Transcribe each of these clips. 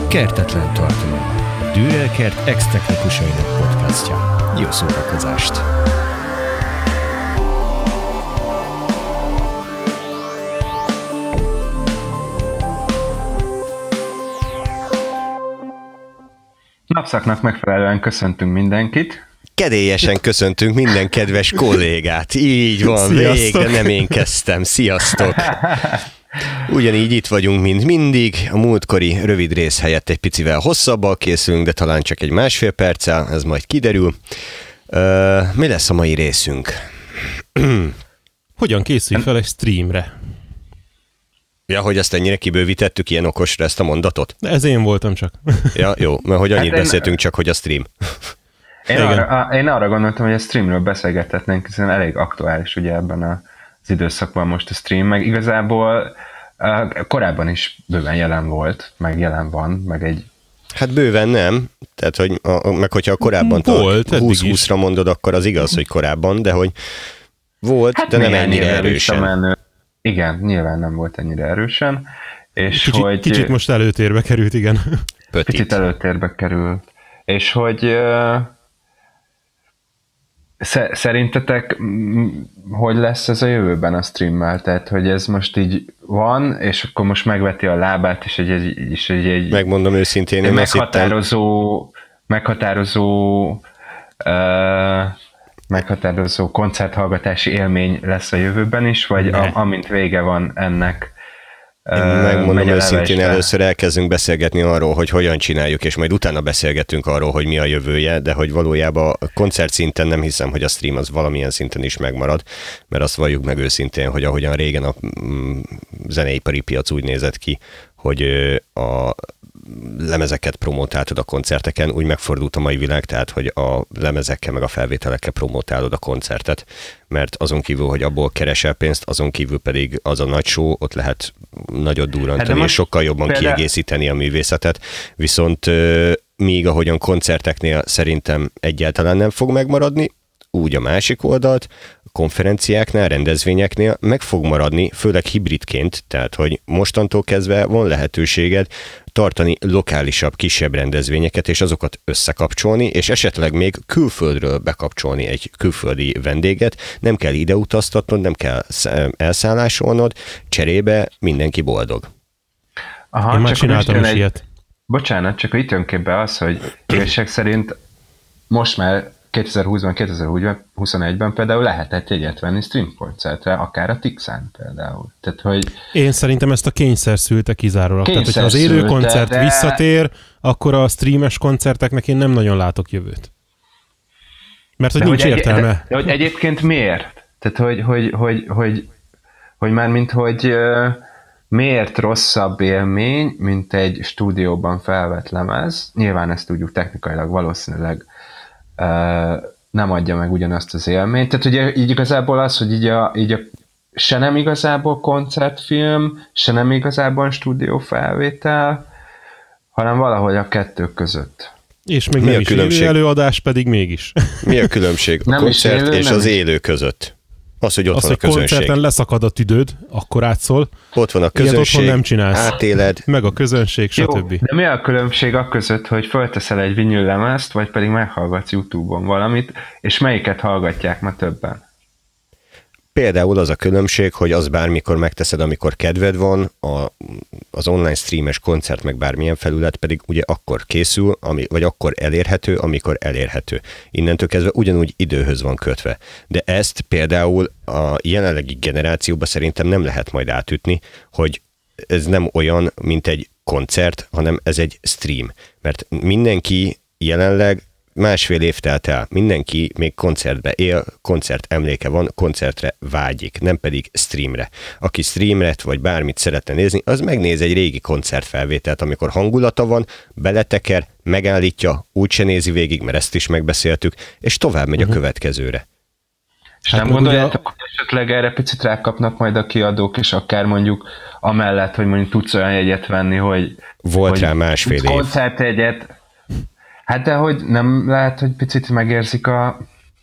Kertetlen tartalom. A Dürer Kert ex-technikusainak podcastja. Jó szórakozást! Napszaknak megfelelően köszöntünk mindenkit. Kedélyesen köszöntünk minden kedves kollégát. Így van, Sziasztok. végre nem én kezdtem. Sziasztok! Ugyanígy itt vagyunk, mint mindig. A múltkori rövid rész helyett egy picivel hosszabbal készülünk, de talán csak egy másfél perccel, ez majd kiderül. Mi lesz a mai részünk? Hogyan készülj fel egy streamre? Ja, hogy ezt ennyire kibővítettük ilyen okosra ezt a mondatot? Ez én voltam csak. Ja, jó, mert hogy annyit Hát beszéltünk csak, hogy a stream. Én arra gondoltam, hogy a streamről beszélgethetnénk, hiszen elég aktuális ugye ebben az időszakban most a stream, meg igazából korábban is bőven jelen volt, meg jelen van, meg egy... Hát bőven nem, tehát hogy meg hogyha korábban volt, 20-20-ra mondod, akkor az igaz, hogy korábban, de hogy volt, Hát de nem néhány ennyire évvel erősen. visszamenő. Igen, nyilván nem volt ennyire erősen, és Kicsit most előtérbe került, igen. Picit előtérbe kerül. És hogy szerintetek hogy lesz ez a jövőben a streammel? Tehát, hogy ez most így van, és akkor most megveti a lábát, és egy Megmondom őszintén, én azt hittem, meghatározó koncerthallgatási élmény lesz a jövőben is, vagy amint vége van ennek, megmondom megy a őszintén, levesbe? először elkezdünk beszélgetni arról, hogy hogyan csináljuk, és majd utána beszélgetünk arról, hogy mi a jövője, de hogy valójában a koncert szinten nem hiszem, hogy a stream az valamilyen szinten is megmarad, mert azt valljuk meg őszintén, hogy ahogyan régen a zeneipari piac úgy nézett ki, hogy a lemezeket promotáltad a koncerteken, úgy megfordult a mai világ, tehát, hogy a lemezekkel meg a felvételekkel promotálod a koncertet, mert azon kívül, hogy abból keresel pénzt, azon kívül pedig az a nagy show, ott lehet nagyot durrantani, és sokkal jobban kiegészíteni a művészetet, viszont míg ahogyan koncerteknél szerintem egyáltalán nem fog megmaradni, úgy a másik oldalt, konferenciáknál, rendezvényeknél meg fog maradni, főleg hibridként, tehát hogy mostantól kezdve van lehetőséged tartani lokálisabb, kisebb rendezvényeket, és azokat összekapcsolni, és esetleg még külföldről bekapcsolni egy külföldi vendéget, nem kell ide utaztatnod, nem kell elszállásolnod, cserébe mindenki boldog. Aha, Én már csináltam is ilyet. Bocsánat, csak itt jön képbe az, hogy igazság szerint most már 2020-ban, 2021-ben például lehetett jegyet venni stream koncertre, akár a Tixán például. Tehát, hogy Én szerintem ezt a kényszer szülte kizárólag. Tehát, hogyha az élő szülte, koncert visszatér, akkor a streames koncerteknek én nem nagyon látok jövőt. Mert hogy nincs értelme. De hogy egyébként miért? Tehát, hogy mármint, hogy miért rosszabb élmény, mint egy stúdióban felvett lemez? Nyilván ezt tudjuk technikailag valószínűleg nem adja meg ugyanazt az élményt. Tehát ugye így igazából az, hogy így a se nem igazából koncertfilm, se nem igazából stúdió felvétel, hanem valahogy a kettő között. És még Mi nem a is különbség? élő adás, pedig mégis. Mi a különbség a Nem is koncert élő, és nem az is. élő között? Az, hogy ott Az, van a hogy koncerten közönség. leszakad a tüdőd, akkor átszól. Ott van a Ilyet otthon közönség, nem csinálsz. átéled. Meg a közönség, Jó, stb. de mi a különbség a között, hogy fölteszel egy vinyl lemezt, vagy pedig meghallgatsz YouTube-on valamit, és melyiket hallgatják ma többen? Például az a különbség, hogy az bármikor megteszed, amikor kedved van, az online streames koncert meg bármilyen felület pedig ugye akkor készül, vagy akkor elérhető, amikor elérhető. Innentől kezdve ugyanúgy időhöz van kötve. De ezt például a jelenlegi generációban szerintem nem lehet majd átütni, hogy ez nem olyan, mint egy koncert, hanem ez egy stream. Mert mindenki jelenleg másfél év telt el, mindenki még koncertbe él, koncert emléke van, koncertre vágyik, nem pedig streamre. Aki streamret vagy bármit szeretne nézni, az megnéz egy régi koncertfelvételt, amikor hangulata van, beleteker, megállítja, úgyse nézi végig, mert ezt is megbeszéltük, és tovább megy a következőre. És Hát nem meg gondoljátok, hogy esetleg erre picit rákapnak majd a kiadók, és akár mondjuk amellett, hogy mondjuk tudsz olyan jegyet venni, hogy... Volt hogy rá másfél év. Koncertjegyet. Hát de hogy nem lehet, hogy picit megérzik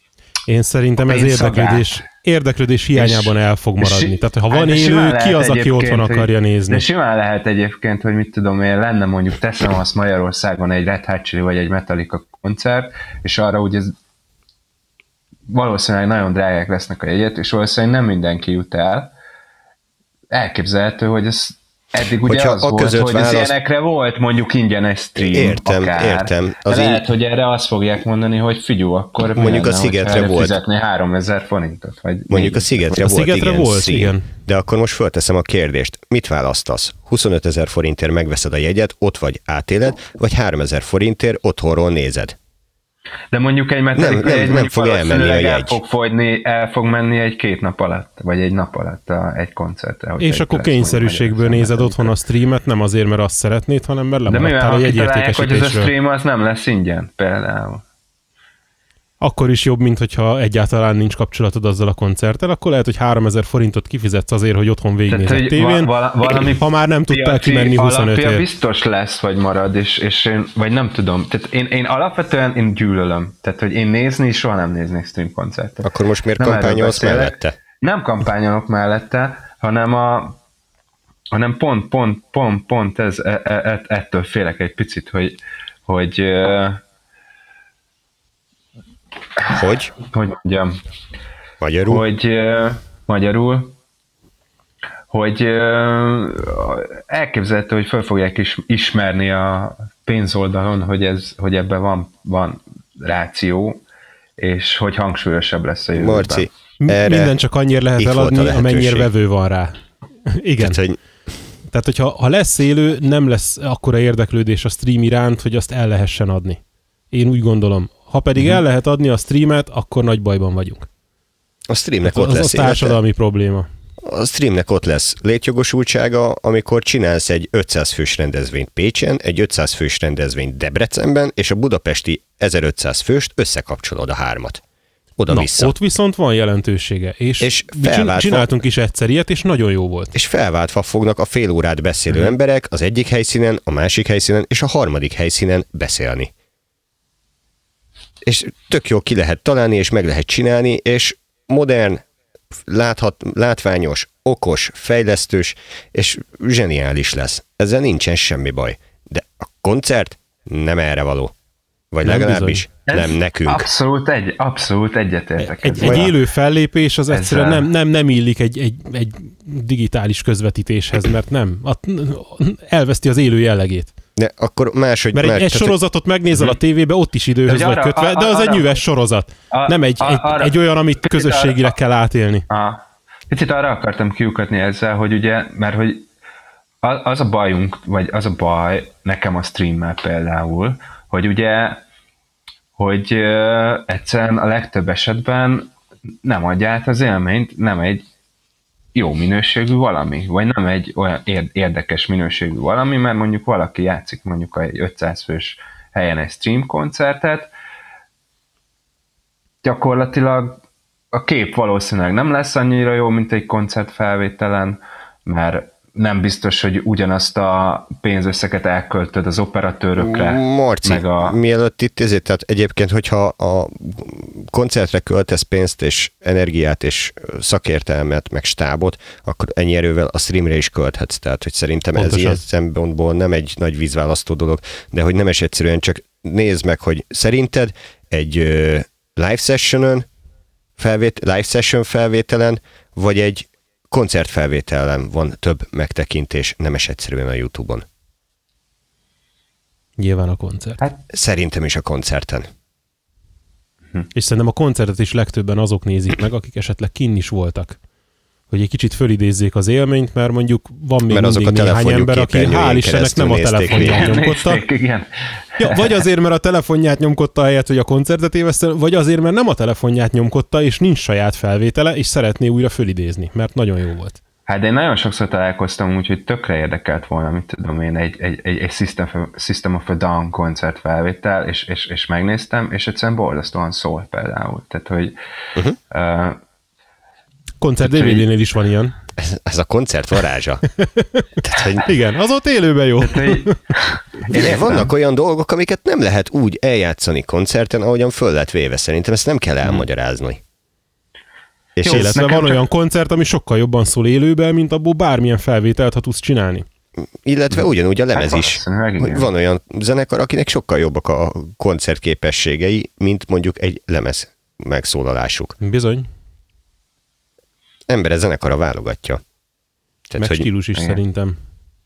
Én szerintem ez érdeklődés hiányában el fog maradni. Tehát ha van élő, ki az, aki otthon akarja nézni? De simán lehet egyébként, hogy mit tudom én, lenne mondjuk, teszem azt Magyarországon egy Red Hot Chili vagy egy Metallica koncert, és arra ugye valószínűleg nagyon drágák lesznek a jegyet, és valószínűleg nem mindenki jut el. Elképzelhető, hogy ez eddig ugye hogyha az volt, hogy az ilyenekre volt mondjuk ingyenes stream. Értem. Lehet, hogy erre azt fogják mondani, hogy figyelj, akkor mondjuk lenne, a Szigetre volt. Fizetni 3000 forintot. Vagy mondjuk a Szigetre volt, igen. De akkor most fölteszem a kérdést. Mit választasz? 25 000 forintért megveszed a jegyet, ott vagy átéled, vagy 3000 forintért otthonról nézed? De mondjuk egy nem fog elmenni a jegy. El fog menni 2 nap alatt, vagy 1 nap alatt egy koncertre. És akkor kényszerűségből nézed otthon a streamet, nem azért, mert azt szeretnéd, hanem mert lemaradtál a jegyértékesítésről. De mivel hogy ez a stream az nem lesz ingyen, például. Akkor is jobb, mint hogyha egyáltalán nincs kapcsolatod azzal a koncerttel, akkor lehet, hogy 3000 forintot kifizetsz azért, hogy otthon végignézed tévén, ha már nem tudtál kimenni 25-ért. Biztos lesz, vagy marad, és én, vagy nem tudom. Tehát én alapvetően gyűlölöm. Tehát, hogy én nézni, soha nem néznék stream koncertet. Akkor most miért kampányolsz mellette? Nem kampányolok mellette, hanem pont ez, ettől félek egy picit, hogy mondjam? Magyarul, hogy elképzelhető, hogy fel fogják ismerni a pénzoldalon, hogy ebben van ráció, és hogy hangsúlyosabb lesz a jövőben. Marci, minden csak annyira lehet eladni, amennyire vevő van rá. Igen. Tehát, hogyha lesz élő, nem lesz akkora érdeklődés a stream iránt, hogy azt el lehessen adni. Én úgy gondolom. Ha pedig el lehet adni a streamet, akkor nagy bajban vagyunk. A streamnek ott lesz. Az a társadalmi probléma. A streamnek ott lesz létjogosultsága, amikor csinálsz egy 500 fős rendezvényt Pécsen, egy 500 fős rendezvényt Debrecenben, és a budapesti 1500 főst összekapcsolod a 3-at. Oda-vissza. Ott viszont van jelentősége. És csináltunk is egyszer ilyet, és nagyon jó volt. És felváltva fognak a fél órát beszélő emberek az egyik helyszínen, a másik helyszínen és a harmadik helyszínen beszélni. És tök jó ki lehet találni, és meg lehet csinálni, és modern, látványos, okos, fejlesztős, és zseniális lesz. Ezzel nincsen semmi baj. De a koncert nem erre való. Vagy nem legalábbis nem nekünk. Abszolút egyetértek. Egy élő fellépés az egyszerűen nem illik egy digitális közvetítéshez, mert nem. Elveszti az élő jellegét. De akkor máshogy... Mert egy sorozatot megnézel a tévébe, ott is időhöz vagy kötve, de az egy nyüves sorozat. Nem egy olyan, amit közösségileg kell átélni. Picit arra akartam kiukatni ezzel, hogy ugye, mert hogy az a bajunk, vagy az a baj nekem a streammel például, hogy ugye, hogy egyszerűen a legtöbb esetben nem adja át az élményt, nem egy jó minőségű valami, vagy nem egy olyan érdekes minőségű valami, mert mondjuk valaki játszik mondjuk egy 500 fős helyen egy stream koncertet, gyakorlatilag a kép valószínűleg nem lesz annyira jó, mint egy koncertfelvételen, mert nem biztos, hogy ugyanazt a pénzösszeget elköltöd az operatőrökre. Marci, mielőtt itt ezért, tehát egyébként, hogyha a koncertre költesz pénzt és energiát és szakértelmet, meg stábot, akkor ennyi erővel a streamre is költhetsz. Tehát, hogy szerintem pontosan. Ez ilyen szempontból nem egy nagy vízválasztó dolog, de hogy nem egyszerűen csak nézd meg, hogy szerinted egy live session felvételen, vagy egy koncertfelvételen van több megtekintés, nem egyszerűen a YouTube-on. Nyilván a koncert. Hát szerintem is a koncerten. És szerintem a koncertet is legtöbben azok nézik meg, akik esetleg kinn is voltak. Hogy egy kicsit fölidézzék az élményt, mert mondjuk van még mindig néhány ember, aki hál' Istennek nem a telefonját nyomkodta. Ja, vagy azért, mert a telefonját nyomkodta helyett, hogy a koncertet évesztel, vagy azért, mert nem a telefonját nyomkodta, és nincs saját felvétele, és szeretné újra fölidézni, mert nagyon jó volt. Hát de én nagyon sokszor találkoztam úgy, hogy tökre érdekelt volna, mit tudom én, egy System of a Down koncert felvétel, és megnéztem, és egyszerűen borzasztóan szól például. Tehát, hogy... Koncert DVD-nél is van ilyen. Ez a koncert varázsa. Tehát, hogy... Igen, az ott élőben jó. Vannak olyan dolgok, amiket nem lehet úgy eljátszani koncerten, ahogyan föl lett véve. Szerintem ezt nem kell elmagyarázni. És illetve van olyan koncert, ami sokkal jobban szól élőben, mint abból bármilyen felvételt, ha tudsz csinálni. Illetve ugyanúgy a lemez is. Van olyan zenekar, akinek sokkal jobbak a koncertképességei, mint mondjuk egy lemez megszólalásuk. Bizony. Embere zenekara válogatja. Tehát, meg stílus is szerintem.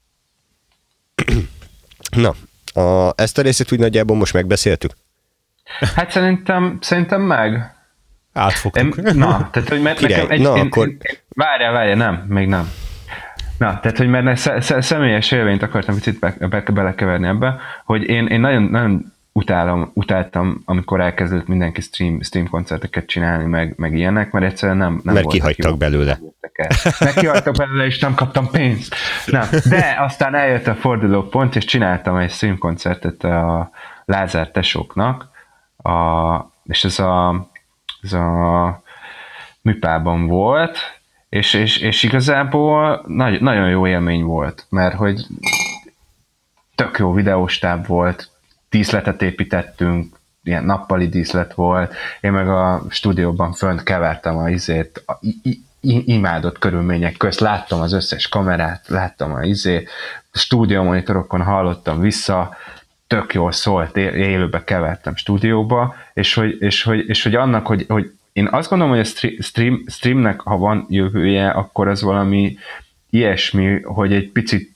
Na, ezt a részét úgy nagyjából most megbeszéltük? Hát szerintem meg. Átfogtuk. Na, tehát, hogy mert nekem akkor... Várjál, nem, még nem. Na, tehát, hogy mert személyes élményt akartam picit belekeverni ebbe, hogy én nagyon utáltam, amikor elkezdett mindenki stream koncerteket csinálni, meg ilyenek, mert egyszerűen nem mert kihagytak belőle. Mert kihagytak belőle, és nem kaptam pénzt. Na, de aztán eljött a fordulópont, és csináltam egy stream koncertet a Lázár tesóknak, és ez a műpában volt, és igazából nagyon jó élmény volt, mert hogy tök jó videóstáb volt, díszletet építettünk, ilyen nappali díszlet volt, én meg a stúdióban fönt kevertem a imádott körülmények közt, láttam az összes kamerát, láttam a stúdiómonitorokon hallottam vissza, tök jól szólt, élőbe kevertem stúdióba, és hogy annak, hogy én azt gondolom, hogy a streamnek, ha van jövője, akkor az valami ilyesmi, hogy egy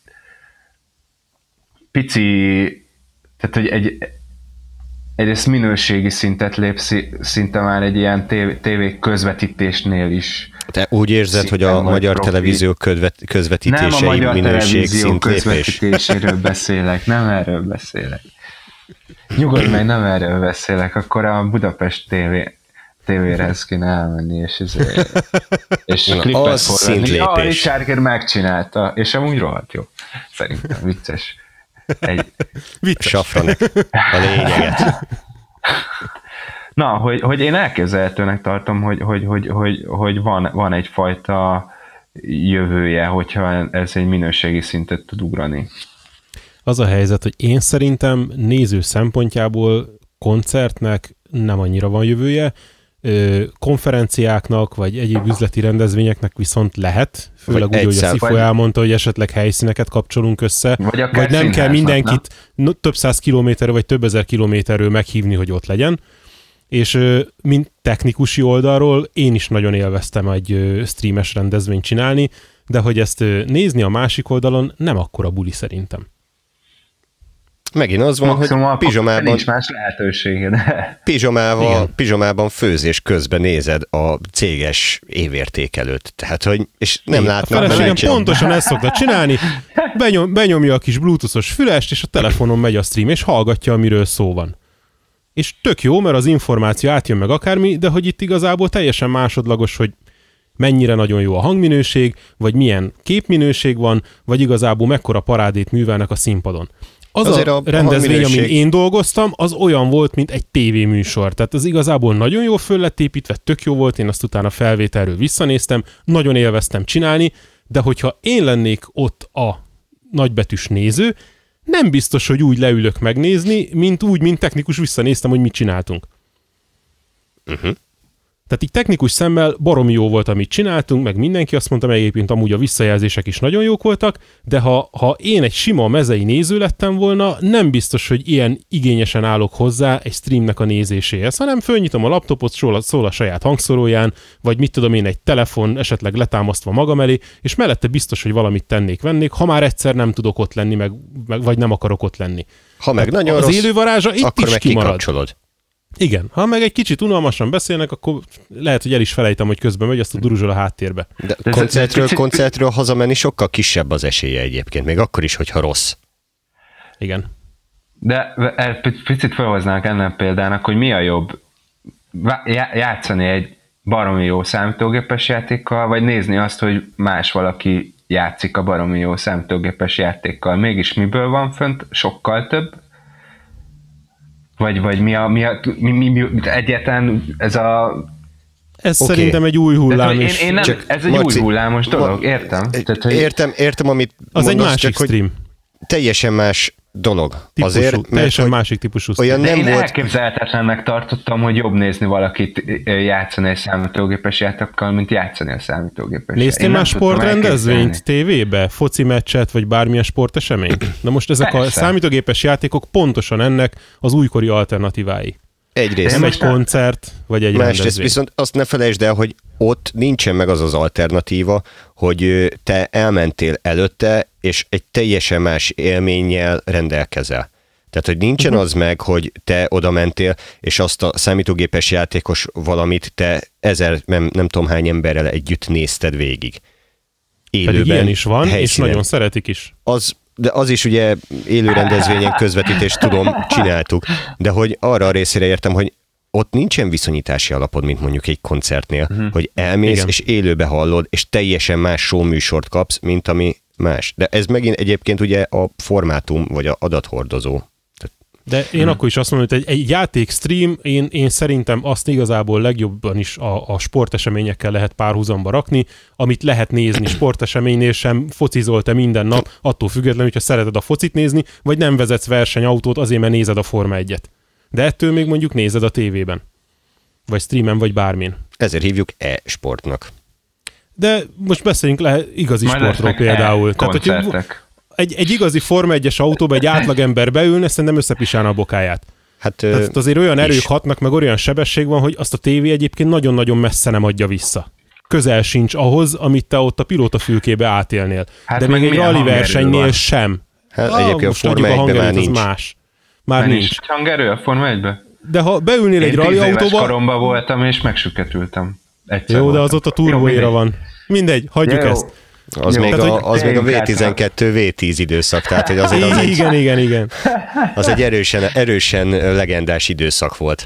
pici tehát, hogy egyrészt minőségi szintet lép szinte már egy ilyen tévé közvetítésnél is. Te úgy érzed, hogy a magyar televízió közvetítései minőség szint lépés? Nem a magyar televízió közvetítéséről beszélek, nem erről beszélek. Nyugodj meg, nem erről beszélek, akkor a Budapest tévére ezt kéne elmenni, és klippet forradni. A Richard Gere megcsinálta, és amúgy rohadt jó. Szerintem vicces. Safranek a lényeget. Na, hogy én elképzelhetőnek tartom, hogy van egyfajta jövője, hogyha ez egy minőségi szintet tud ugrani. Az a helyzet, hogy én szerintem néző szempontjából koncertnek nem annyira van jövője, konferenciáknak, vagy egyéb üzleti rendezvényeknek viszont lehet, főleg úgy, hogy a Szifo elmondta, hogy esetleg helyszíneket kapcsolunk össze, vagy nem kell mindenkit több száz kilométerről, vagy több ezer kilométerről meghívni, hogy ott legyen, és mint technikusi oldalról én is nagyon élveztem egy streames rendezvényt csinálni, de hogy ezt nézni a másik oldalon nem akkora buli szerintem. Megint az van, maximum, hogy pizsomában... Nincs más lehetősége, de... Pizsomában főzés közben nézed a céges évértékelőt. Tehát, hogy... És nem látnak... A feleségem pontosan ezt szokta csinálni, benyomja a kis bluetoothos fülest, és a telefonon megy a stream, és hallgatja, amiről szó van. És tök jó, mert az információ átjön meg akármi, de hogy itt igazából teljesen másodlagos, hogy mennyire nagyon jó a hangminőség, vagy milyen képminőség van, vagy igazából mekkora parádét művelnek a színpadon. Az a rendezvény, amin én dolgoztam, az olyan volt, mint egy tévéműsor. Tehát az igazából nagyon jól föl lett építve, tök jó volt, én azt utána felvételről visszanéztem, nagyon élveztem csinálni, de hogyha én lennék ott a nagybetűs néző, nem biztos, hogy úgy leülök megnézni, mint technikus visszanéztem, hogy mit csináltunk. Tehát így technikus szemmel baromi jó volt, amit csináltunk, meg mindenki azt mondta, meg egyébként amúgy a visszajelzések is nagyon jók voltak, de ha én egy sima mezei néző lettem volna, nem biztos, hogy ilyen igényesen állok hozzá egy streamnek a nézéséhez, hanem fölnyitom a laptopot, szól a saját hangszóróján, vagy mit tudom én, egy telefon esetleg letámasztva magam elé, és mellette biztos, hogy valamit vennék, ha már egyszer nem tudok ott lenni, vagy nem akarok ott lenni. Ha meg nagyon az rossz, élő varázsa itt akkor is meg kimarad. Kikapcsolod. Igen, ha meg egy kicsit unalmasan beszélnek, akkor lehet, hogy el is felejtem, hogy közben megy, azt a duruzsol a háttérbe. De koncertről hazamenni sokkal kisebb az esélye egyébként, még akkor is, hogyha rossz. Igen. De picit felhoznánk ennek példának, hogy mi a jobb? Játszani egy baromi jó számítógépes játékkal, vagy nézni azt, hogy más valaki játszik a baromi jó számítógépes játékkal. Mégis miből van fönt? Sokkal több? Vagy mi egyáltalán ez a Ez szerintem egy új hullám is. Én nem, ez egy új hullámos dolog, értem? Tehát, hogy... Értem, amit az mondasz, egy másik stream. Teljesen más dolog. Típusú, azért, teljesen másik típusú stream. De én elképzelhetetlennek tartottam, hogy jobb nézni valakit játszani a számítógépes játékokkal, mint játszani a számítógépes. Néztél már sportrendezvényt tévébe? Foci meccset, vagy bármilyen sporteseményt? Na most ezek a számítógépes játékok pontosan ennek az újkori alternatívái. Egyrészt. Nem egy koncert, vagy egy rendezvény. Viszont azt ne felejtsd el, hogy ott nincsen meg az alternatíva, hogy te elmentél előtte, és egy teljesen más élménnyel rendelkezel. Tehát, hogy nincsen az meg, hogy te oda mentél, és azt a számítógépes játékos valamit te nem tudom hány emberrel együtt nézted végig. Élőben, pedig ilyen is van, helyszínen. És nagyon szeretik is. De az is ugye élő rendezvényen közvetítést csináltuk, de hogy arra a részére értem, hogy ott nincsen viszonyítási alapod, mint mondjuk egy koncertnél, hogy elmész, igen, és élőbe hallod, és teljesen más show műsort kapsz, mint ami más. De ez megint egyébként ugye a formátum, vagy a adathordozó. De én akkor is azt mondom, hogy egy játék stream, én szerintem azt igazából legjobban is a sporteseményekkel lehet párhuzamba rakni, amit lehet nézni sporteseménynél sem, focizol te minden nap, attól függetlenül, hogyha szereted a focit nézni, vagy nem vezetsz versenyautót, azért mert nézed a Forma 1-et. De ettől még mondjuk nézed a tévében. Vagy streamen, vagy bármin. Ezért hívjuk e-sportnak. De most beszéljünk igazi majd sportról például. Tehát, egy igazi Forma 1-es autóba egy átlagember beülne, szerintem összepisálna a bokáját. Tehát azért olyan erők hatnak, meg olyan sebesség van, hogy azt a tévé egyébként nagyon-nagyon messze nem adja vissza. Közel sincs ahhoz, amit te ott a pilótafülkébe átélnél. De még egy rally versenynél sem. Egyébként a Forma 1-ben már nincs. Más. Már nincs. Hangerő a Forma 1-be? De ha beülnél egy rally autóba... Én 10 éves koromban voltam, és megsüketültem. Jó, de az ott a turboéra van. Mindegy, hagyjuk ezt. Az még a V12, V10 időszak, tehát hogy azért az igen. Az egy erősen legendás időszak volt.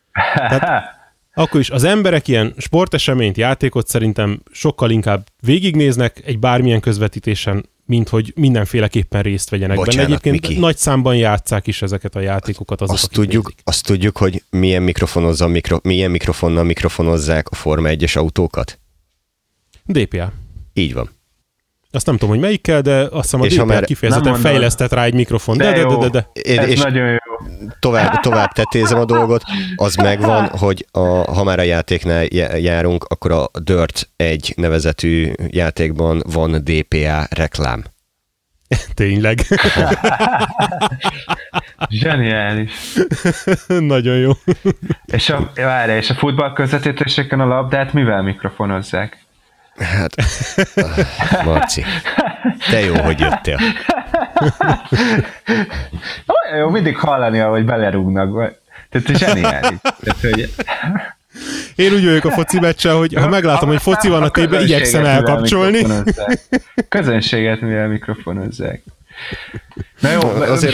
Tehát akkor is az emberek ilyen sporteseményt, játékot szerintem sokkal inkább végignéznek egy bármilyen közvetítésen, mint hogy mindenféleképpen részt vegyenek benne. Egyébként Miki, nagy számban játsszák is ezeket a játékokat azok, azt tudjuk, hogy milyen mikrofonnal mikrofonozzák a Forma 1-es autókat? DPA. Így van. Azt nem tudom, hogy melyikkel, de azt hiszem a DPA kifejezetten fejlesztett rá egy mikrofon. De. Ez nagyon jó. Tovább tetézem a dolgot. Az megvan, hogy ha már a játéknál járunk, akkor a Dirt 1 nevezetű játékban van DPA reklám. Tényleg. Zseniális. Nagyon jó. És a futball közvetítéseken a labdát mivel mikrofonozzák? Hát, Marci, te jó, hogy jöttél. Olyan jó, mindig hallani, ahogy belerúgnak. Tehát zseniális. Én úgy vagyok a foci meccsen, hogy ha meglátom, hogy foci van a tévében, igyekszem elkapcsolni. Közönséget mivel mikrofonozzák. Na jó, azért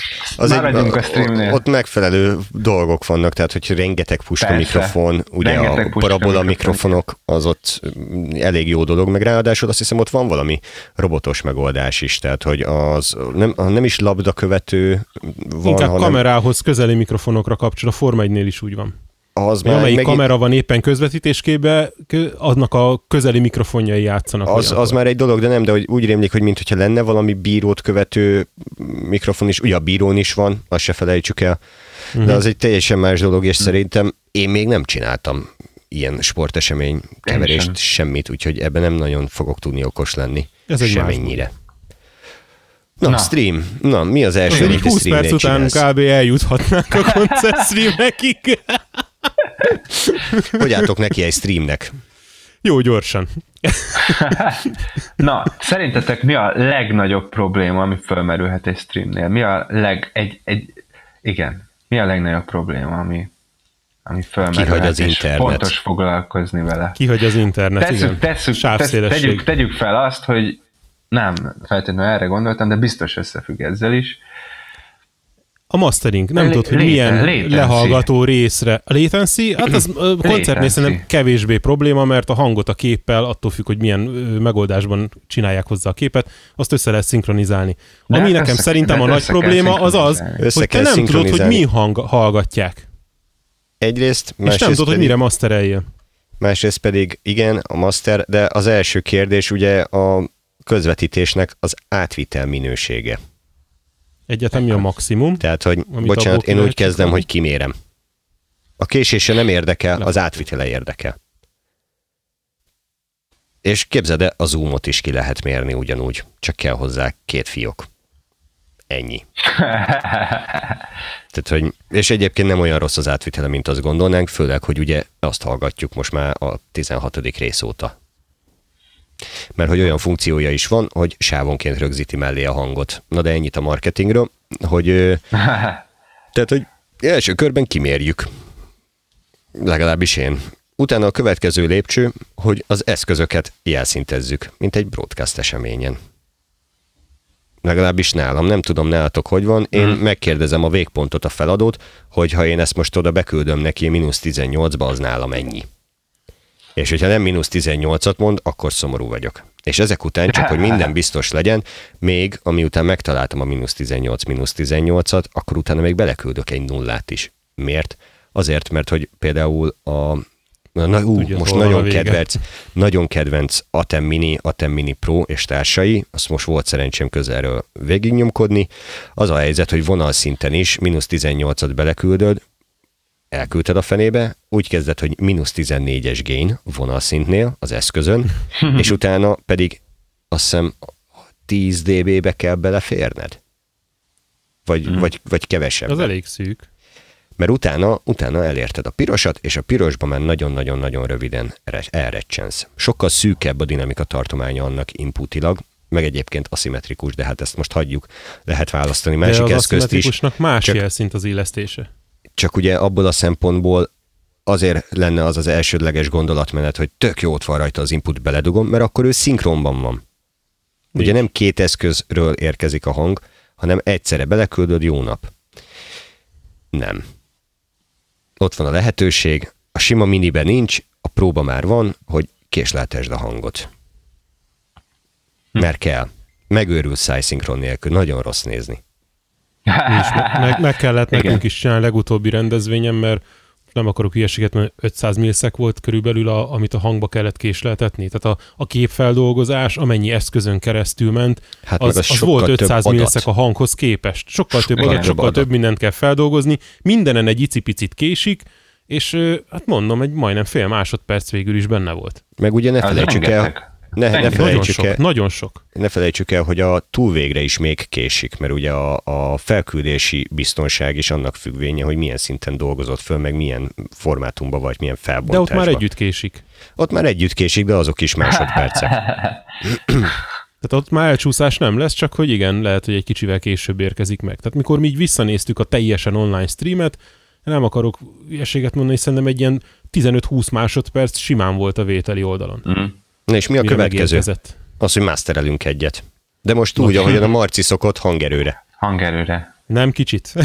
ott megfelelő dolgok vannak, tehát hogy rengeteg puska mikrofon, ugye a parabola mikrofonok, az ott elég jó dolog, meg ráadásul azt hiszem ott van valami robotos megoldás is, tehát hogy az nem is labdakövető van, inkább kamerához közeli mikrofonokra kapcsol, a Forma 1-nél is úgy van. Amelyik kamera van éppen közvetítéskében, annak a közeli mikrofonjai játszanak. Az már egy dolog, de nem, de hogy úgy rémlik, hogy mintha lenne valami bírót követő mikrofon is, ugye a bírón is van, azt se felejtsük el, de az egy teljesen más dolog, és szerintem én még nem csináltam ilyen sportesemény keverést, semmit, úgyhogy ebben nem nagyon fogok tudni okos lenni. Ez semennyire. Na, stream. Na, mi az első, amit 20 perc után kb. Eljuthatnánk a koncert streamekig. Hogy álltok neki egy streamnek? Jó, gyorsan. Na, szerintetek mi a legnagyobb probléma, ami fölmerülhet egy streamnél? Mi a mi a legnagyobb probléma, ami fölmerülhet, az és internet. fontos foglalkozni vele? Kihagy az internet, Tegyük fel azt, hogy nem feltétlenül erre gondoltam, de biztos összefügg ezzel is. A mastering, nem tudod, hogy milyen lehallgató részre. A latency, hát az koncertnél szerintem kevésbé probléma, mert a hangot a képpel, attól függ, hogy milyen megoldásban csinálják hozzá a képet, azt össze lehet szinkronizálni. De ami nekem szerintem a nagy probléma az, hogy te nem tudod, hogy mi hallgatják. Egyrészt, és nem tudod, hogy mire mastereljél. másrészt pedig igen, a master, de az első kérdés ugye a közvetítésnek az átvitel minősége. Egyetem mi a maximum? Tehát, hogy bocsánat, én úgy kezdem, hogy kimérem. A késése nem érdekel, az átvitele érdekel. És képzeld el, a zoomot is ki lehet mérni ugyanúgy, csak kell hozzá 2 fiók. Ennyi. Tehát, hogy, és egyébként nem olyan rossz az átvitele, mint azt gondolnánk, főleg, hogy ugye azt hallgatjuk most már a 16. rész óta. Mert hogy olyan funkciója is van, hogy sávonként rögzíti mellé a hangot. Na de ennyit a marketingről, hogy tehát, hogy első körben kimérjük. Legalábbis én. Utána a következő lépcső, hogy az eszközöket jelszintezzük, mint egy broadcast eseményen. Legalábbis nálam, nem tudom nálatok, hogy van. Én megkérdezem a végpontot, a feladót, hogy ha én ezt most oda beküldöm neki -18-ba, az nálam ennyi. És hogyha nem -18-at mond, akkor szomorú vagyok. És ezek után csak, hogy minden biztos legyen, még amiután megtaláltam a -18-at, akkor utána még beleküldök egy nullát is. Miért? Azért, mert hogy például most nagyon kedvenc Atem Mini, Atem Mini Pro és társai, azt most volt szerencsém közelről végignyomkodni. Az a helyzet, hogy vonalszinten is -18-at beleküldöd, elküldted a fenébe, úgy kezdett, hogy -14-es gain vonalszintnél az eszközön, és utána pedig azt hiszem 10 dB-be kell beleférned? Vagy kevesebb. Az elég szűk. Mert utána elérted a pirosat, és a pirosban már nagyon-nagyon-nagyon röviden elrecsensz. Sokkal szűkebb a dinamika tartománya annak inputilag, meg egyébként aszimmetrikus, de hát ezt most hagyjuk, lehet választani másik eszközt is. De az aszimmetrikusnak más jelszint az illesztése. Csak ugye abból a szempontból azért lenne az elsődleges gondolatmenet, hogy tök jó ott van rajta az input, beledugom, mert akkor ő szinkronban van. Ugye nem 2 eszközről érkezik a hang, hanem egyszerre beleküldöd, jó nap. Nem. Ott van a lehetőség, a sima miniben nincs, a próba már van, hogy késleltesd a hangot. Mert kell. Megőrül szájszinkron nélkül, nagyon rossz nézni. Meg kellett nekünk is csinálni a legutóbbi rendezvényen, mert nem akarok hülyeséget, mert 500 milliszek volt körülbelül, amit a hangba kellett késleltetni. Tehát a képfeldolgozás, amennyi eszközön keresztül ment, hát az volt 500 milliszek a hanghoz képest. Sokkal több mindent kell feldolgozni, mindenen egy icipicit késik, és hát mondom, egy majdnem fél másodperc végül is benne volt. Meg ugye ne felejtsük el, nagyon sok. Ne felejtsük el, hogy a túlvégre is még késik, mert ugye a felküldési biztonság is annak függvénye, hogy milyen szinten dolgozott föl, meg milyen formátumban vagy, milyen felbontásban. De ott már együtt késik. Ott már együtt késik, de azok is másodpercek. Tehát ott már elcsúszás nem lesz, csak hogy igen, lehet, hogy egy kicsivel később érkezik meg. Tehát mikor mi így visszanéztük a teljesen online streamet, nem akarok hülyeséget mondani, szerintem egy ilyen 15-20 másodperc simán volt a vételi oldalon. Na és mi a következő? Az, hogy masterelünk egyet. De most úgy, ahogyan a Marci szokott, hangerőre. Hangerőre. Nem kicsit.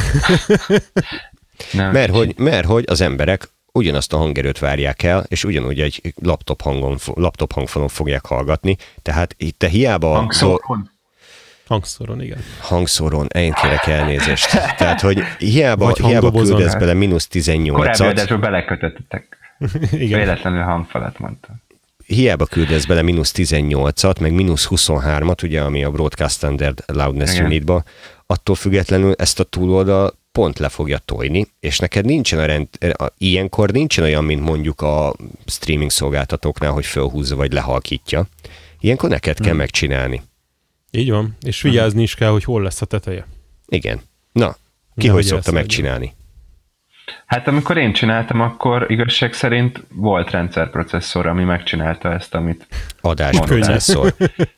Nem mert hogy az emberek ugyanazt a hangerőt várják el, és ugyanúgy egy laptop hangfalon fogják hallgatni. Tehát itt te hiába... Hangszoron, igen. Hangszoron, én kérek elnézést. Tehát, hogy hiába küldesz bele -18-at... Korábbi adásban belekötöttetek. Véletlenül hangfalat mondtam. Hiába küldesz bele -18-at, meg -23-at, ugye, ami a Broadcast Standard Loudness Unitba, attól függetlenül ezt a túloldal pont le fogja tojni, és neked nincsen ilyenkor nincsen olyan, mint mondjuk a streaming szolgáltatóknál, hogy fölhúzza vagy lehalkítja. Ilyenkor neked kell megcsinálni. Így van, és vigyázni is kell, hogy hol lesz a teteje. Igen. Na, ki hogy szokta megcsinálni? Hát amikor én csináltam, akkor igazság szerint volt rendszerprocesszor, ami megcsinálta ezt, amit adásprocesszor.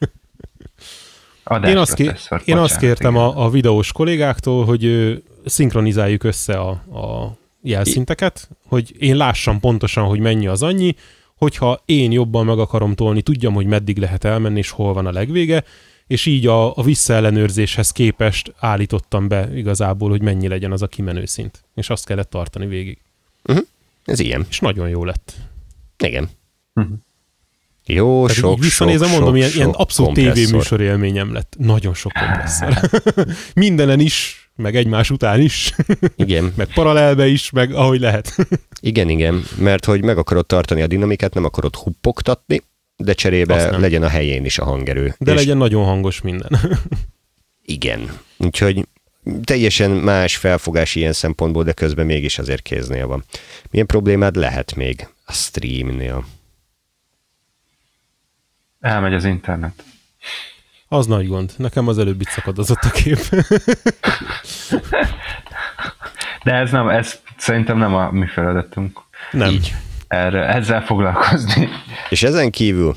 Én azt kértem a videós kollégáktól, hogy szinkronizáljuk össze a jelszinteket, hogy én lássam pontosan, hogy mennyi az annyi, hogyha én jobban meg akarom tolni, tudjam, hogy meddig lehet elmenni, és hol van a legvége, és így a visszaellenőrzéshez képest állítottam be igazából, hogy mennyi legyen az a kimenő szint. És azt kellett tartani végig. Ez ilyen. És nagyon jó lett. Igen. Jó, tehát sok, visszanézem, mondom, ilyen abszolút tévéműsor élményem lett. Nagyon sok kompresszor. Mindenen is, meg egymás után is. Igen. Meg paralelbe is, meg ahogy lehet. Igen, mert hogy meg akarod tartani a dinamikát, nem akarod huppogtatni, de cserébe legyen a helyén is a hangerő. De legyen nagyon hangos minden. Igen. Úgyhogy teljesen más felfogás ilyen szempontból, de közben mégis azért kéznél van. Milyen problémád lehet még a streamnél? Elmegy az internet. Az nagy gond. Nekem az előbb itt szakadozott a kép. De ez szerintem nem a mi feladatunk. Nem. Így. Ezzel foglalkozni. És ezen kívül?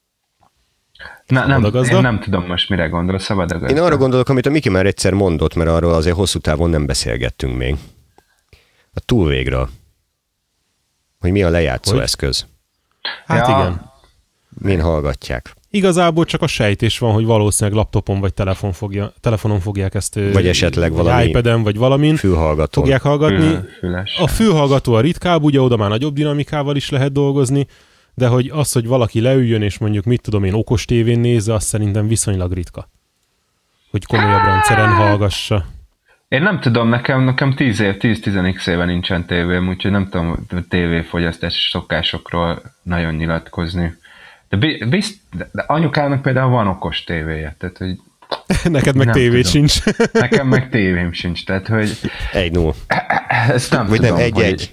Én nem tudom most mire gondol, szabad a gazda. Én arra gondolok, amit a Miki már egyszer mondott, mert arról azért hosszú távon nem beszélgettünk még. A túlvégről. Hogy mi a lejátszó eszköz. Hát ja. Igen. Min hallgatják. Igazából csak a sejtés van, hogy valószínűleg laptopon vagy telefonon fogják ezt, vagy esetleg valami iPad-en, vagy valamin fülhallgatón fogják hallgatni. A fülhallgató a ritkább, ugye oda már nagyobb dinamikával is lehet dolgozni, de hogy valaki leüljön, és mondjuk mit tudom én, okos tévén nézze, azt szerintem viszonylag ritka. Hogy komolyabb rendszeren hallgassa. Én nem tudom, nekem 10-10x éve nincsen tévém, úgyhogy nem tudom tévéfogyasztási szokásokról nagyon nyilatkozni. De anyukának például van okos tévéje, tehát hogy... Neked meg tévét sincs. Nekem meg tévém sincs, tehát hogy... 1-0. Ezt nem vagy tudom, nem, 1-1. Hogy...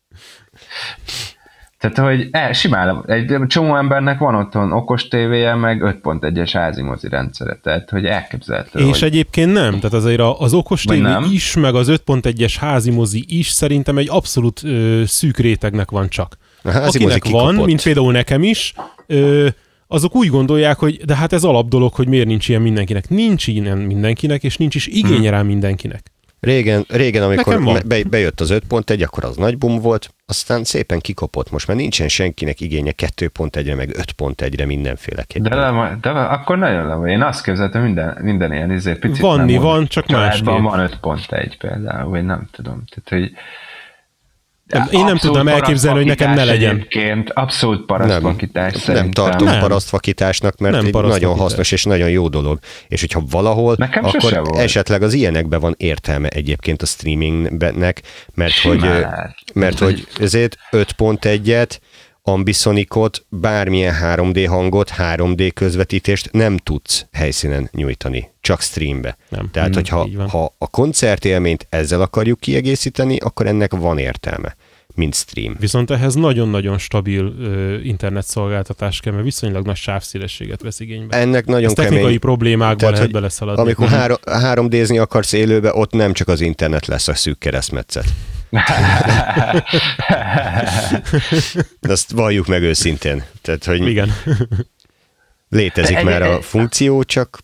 Tehát, hogy simán, egy csomó embernek van otthon okos tévéje, meg 5.1-es házimozi rendszere, tehát, hogy elképzelhető. És hogy... egyébként nem, tehát azért az okos tévé is, meg az 5.1-es házimozi is szerintem egy abszolút szűk rétegnek van csak. Akinek van, mint például nekem is, azok úgy gondolják, hogy de hát ez alap dolog, hogy miért nincs ilyen mindenkinek. Nincs ilyen mindenkinek, és nincs is igénye rá mindenkinek. Régen amikor bejött az 5.1, akkor az nagy bum volt, aztán szépen kikopott. Most már nincsen senkinek igénye 2.1-re, meg 5.1-re mindenféleképpen. De akkor nagyon le van. Én azt képzeltem, minden ilyen picit van, csak másképp. Van 5.1 például, vagy nem tudom. Tehát, hogy én nem tudom elképzelni, hogy nekem ne legyen. Egyébként abszolút parasztvakítás szerintem. Nem tartom parasztvakításnak, mert egy nagyon hasznos és nagyon jó dolog. És hogyha valahol, nekem akkor esetleg az ilyenekben van értelme egyébként a streamingnek, mert hogy ezért 5.1-et, Ambisonicot, bármilyen 3D hangot, 3D közvetítést nem tudsz helyszínen nyújtani, csak streambe. Tehát, hogyha a koncertélményt ezzel akarjuk kiegészíteni, akkor ennek van értelme, mint stream. Viszont ehhez nagyon-nagyon stabil internetszolgáltatás kell, mert viszonylag nagy sávszélességet vesz igénybe. Ennek nagyon kemény. Technikai problémákban lehet beleszaladni. Amikor 3D-zni akarsz élőbe, ott nem csak az internet lesz a szűk keresztmetszet. De azt valljuk meg őszintén. Tehát, hogy igen. Létezik már a funkció, csak...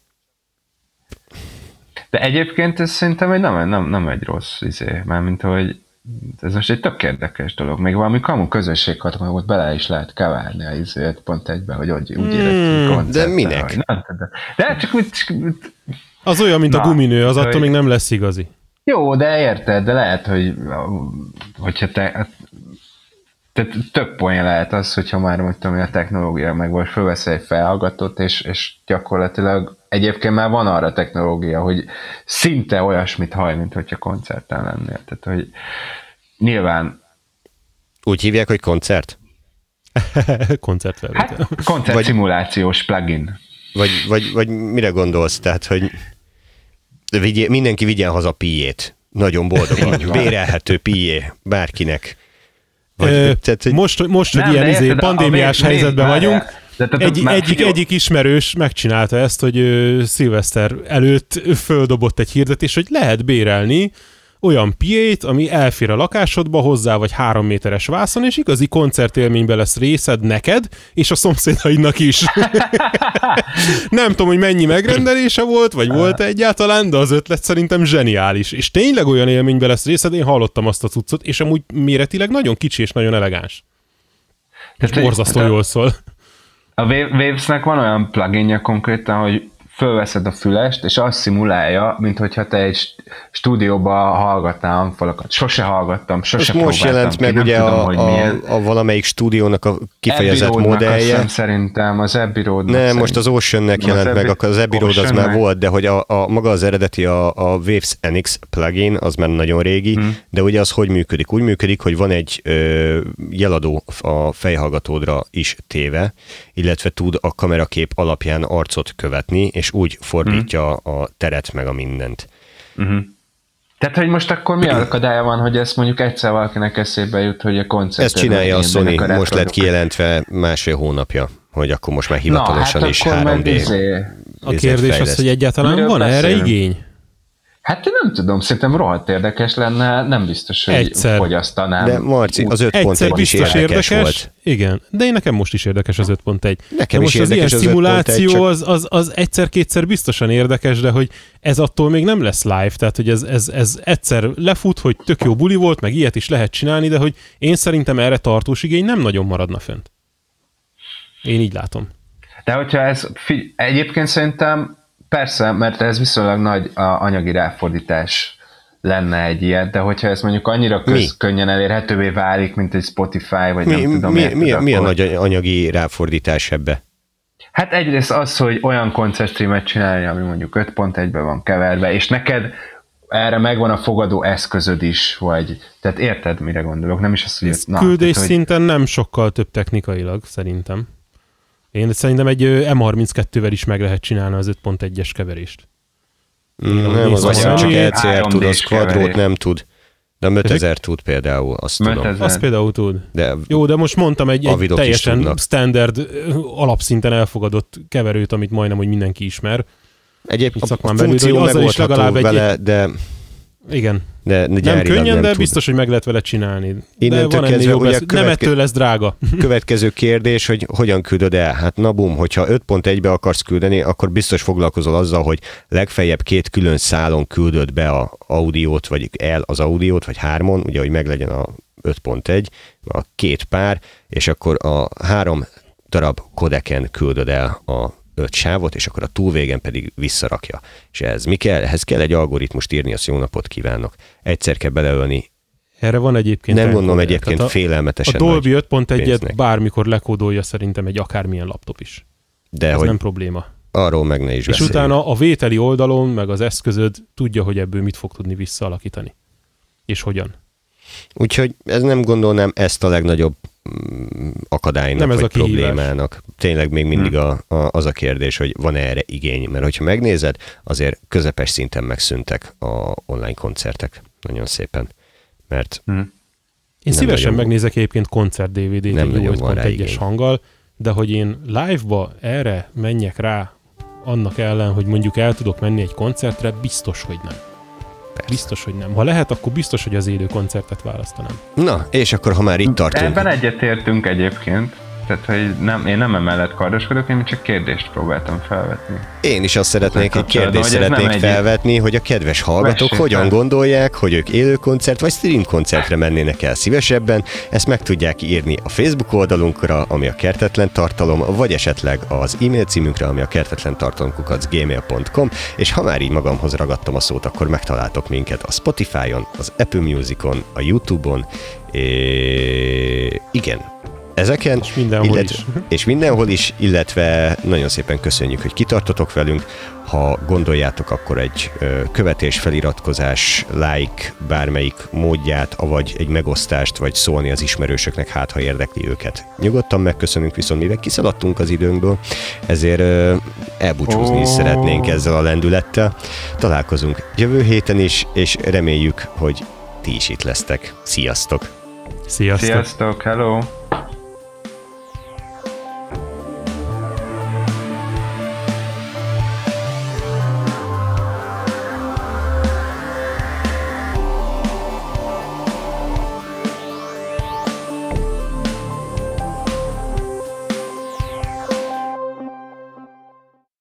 De egyébként ez szerintem nem egy rossz mármint, hogy ez most egy tök érdekes dolog. Még valami kamu közösséghatóanyagot bele is lehet keverni a 5.1-be, hogy úgy érezzük koncerttel. De minek? De csak az olyan, mint a guminő, az attól még nem lesz igazi. Jó, de érted, de lehet, hogyha tehát több pontja lehet az, hogyha már mondtam, hogy a technológia meg vagy fölveszel egy felhallgatót, és gyakorlatilag egyébként már van arra technológia, hogy szinte olyasmit hall, mint hogyha koncerten lennél. Tehát, hogy nyilván... Úgy hívják, hogy koncert? Koncertfelvétel. Hát koncertszimulációs plugin. Vagy mire gondolsz? Tehát, hogy mindenki vigyen haza PIE-t. Nagyon boldogan. Bérelhető PIE bárkinek. Most hogy ilyen pandémiás helyzetben vagyunk, egyik ismerős megcsinálta ezt, hogy szilveszter előtt földobott egy hirdetés, hogy lehet bérelni olyan PA-t, ami elfér a lakásodba hozzá, vagy 3 méteres vászon, és igazi koncertélményben lesz részed neked, és a szomszédaidnak is. Nem tudom, hogy mennyi megrendelése volt, vagy volt egyáltalán, de az ötlet szerintem zseniális. És tényleg olyan élményben lesz részed, én hallottam azt a cuccot, és amúgy méretileg nagyon kicsi és nagyon elegáns. És borzasztó jól szól. A Wavesnek van olyan pluginja konkrétan, hogy fölveszed a fülest, és azt szimulálja, mint hogyha te egy stúdióban hallgattál hangfalakat. Sose hallgattam, sose próbáltam. Most jelent meg ugye a valamelyik stúdiónak a kifejezett modellje. Szerintem az Abbey Roadnak. Nem, most az Oceannek jelent meg, az Abbey Road az már volt, de hogy maga az eredeti, a Waves NX plugin, az már nagyon régi, de ugye az hogy működik? Úgy működik, hogy van egy jeladó a fejhallgatódra is téve, illetve tud a kamerakép alapján arcot követni, és úgy fordítja a teret meg a mindent. Tehát, hogy most akkor mi akadálya van, hogy ezt mondjuk egyszer valakinek eszébe jut, hogy a koncert... Ezt csinálja a Sony, most lett kijelentve 1,5 hónapja, hogy akkor most már hivatalosan is 3D. A kérdés az, hogy egyáltalán van erre igény? Hát én nem tudom, szerintem rohadt érdekes lenne, nem biztos, hogy fogyasztanám. De Marci, az 5.1 is érdekes volt. Igen, de én nekem most is érdekes az 5.1. Nekem is most érdekes az ilyen szimuláció az egyszer-kétszer biztosan érdekes, de hogy ez attól még nem lesz live, tehát hogy ez egyszer lefut, hogy tök jó buli volt, meg ilyet is lehet csinálni, de hogy én szerintem erre tartós igény nem nagyon maradna fönt. Én így látom. De hogyha ez, egyébként szerintem persze, mert ez viszonylag nagy anyagi ráfordítás lenne egy ilyen, de hogyha ez mondjuk annyira könnyen elérhetővé válik, mint egy Spotify, vagy nem tudom. Mi a nagy anyagi ráfordítás ebbe? Hát egyrészt az, hogy olyan koncertstreamet csinálni, ami mondjuk 5.1-ben van keverve, és neked erre megvan a fogadó eszközöd is, vagy, tehát érted, mire gondolok? Nem is az, hogy... Küldés szinten nem sokkal több technikailag, szerintem. Én szerintem egy M32-vel is meg lehet csinálni az 5.1-es keverést. Nem, az csak LCR tud, az Quadrót nem tud. De a 5000 tud például, azt tudom. Azt például tud. Jó, de most mondtam egy teljesen standard, alapszinten elfogadott keverőt, amit majdnem, hogy mindenki ismer. Egyébként a funkció megoldható vele, de... Igen. Nem könnyen, de biztos, hogy meg lehet vele csinálni. Innentől kezdve ugye nem ettől lesz drága. Következő kérdés, hogy hogyan küldöd el? Hát na bum, hogyha 5.1-be akarsz küldeni, akkor biztos foglalkozol azzal, hogy legfeljebb 2 külön szálon küldöd be a audiót, vagy el az audiót, vagy 3-on, ugye, hogy meglegyen a 5.1, a 2 pár, és akkor a 3 darab kodeken küldöd el a 5 sávot, és akkor a túlvégen pedig visszarakja. És ez mi kell? Ehhez kell egy algoritmust írni, azt jó napot kívánok. Egyszer kell beleölni. Erre van egyébként... Nem gondolom egyébként félelmetesen a Dolby 5.1-et bármikor lekódolja szerintem egy akármilyen laptop is. De ez nem probléma. Arról meg ne is beszéljünk. És utána a vételi oldalon, meg az eszközöd tudja, hogy ebből mit fog tudni visszaalakítani. És hogyan. Úgyhogy ez nem gondolnám ezt a legnagyobb akadálynak, nem vagy problémának. Tényleg még mindig az a kérdés, hogy van-e erre igény, mert hogyha megnézed, azért közepes szinten megszűntek a online koncertek. Nagyon szépen. Mert én szívesen megnézek egyébként koncert DVD-t egy 8.1-es hanggal, de hogy én live-ba erre menjek rá annak ellen, hogy mondjuk el tudok menni egy koncertre, biztos, hogy nem. Persze. Biztos, hogy nem. Ha lehet, akkor biztos, hogy az élő koncertet választanám. Na, és akkor, ha már itt tartunk... Ebben egyetértünk egyébként. Tehát, hogy én nem emellett kardoskodok, én csak kérdést próbáltam felvetni. Én is azt szeretnék, egy kérdést szeretnék felvetni, hogy a kedves hallgatók hogyan gondolják, hogy ők élő koncert vagy stream koncertre mennének el szívesebben. Ezt meg tudják írni a Facebook oldalunkra, ami a Kertetlen Tartalom, vagy esetleg az e-mail címünkre, ami a kertetlentartalom@gmail.com, és ha már így magamhoz ragadtam a szót, akkor megtaláltok minket a Spotify-on, az Apple Music-on, a YouTube-on, igen, ezeken, és mindenhol is, illetve nagyon szépen köszönjük, hogy kitartotok velünk. Ha gondoljátok, akkor egy követés, feliratkozás, like bármelyik módját, avagy egy megosztást, vagy szólni az ismerősöknek, hát ha érdekli őket. Nyugodtan megköszönünk, viszont mivel kiszaladtunk az időnkből, ezért elbúcsúzni is szeretnénk ezzel a lendülettel. Találkozunk jövő héten is, és reméljük, hogy ti is itt lesztek. Sziasztok! Sziasztok! Sziasztok, hello!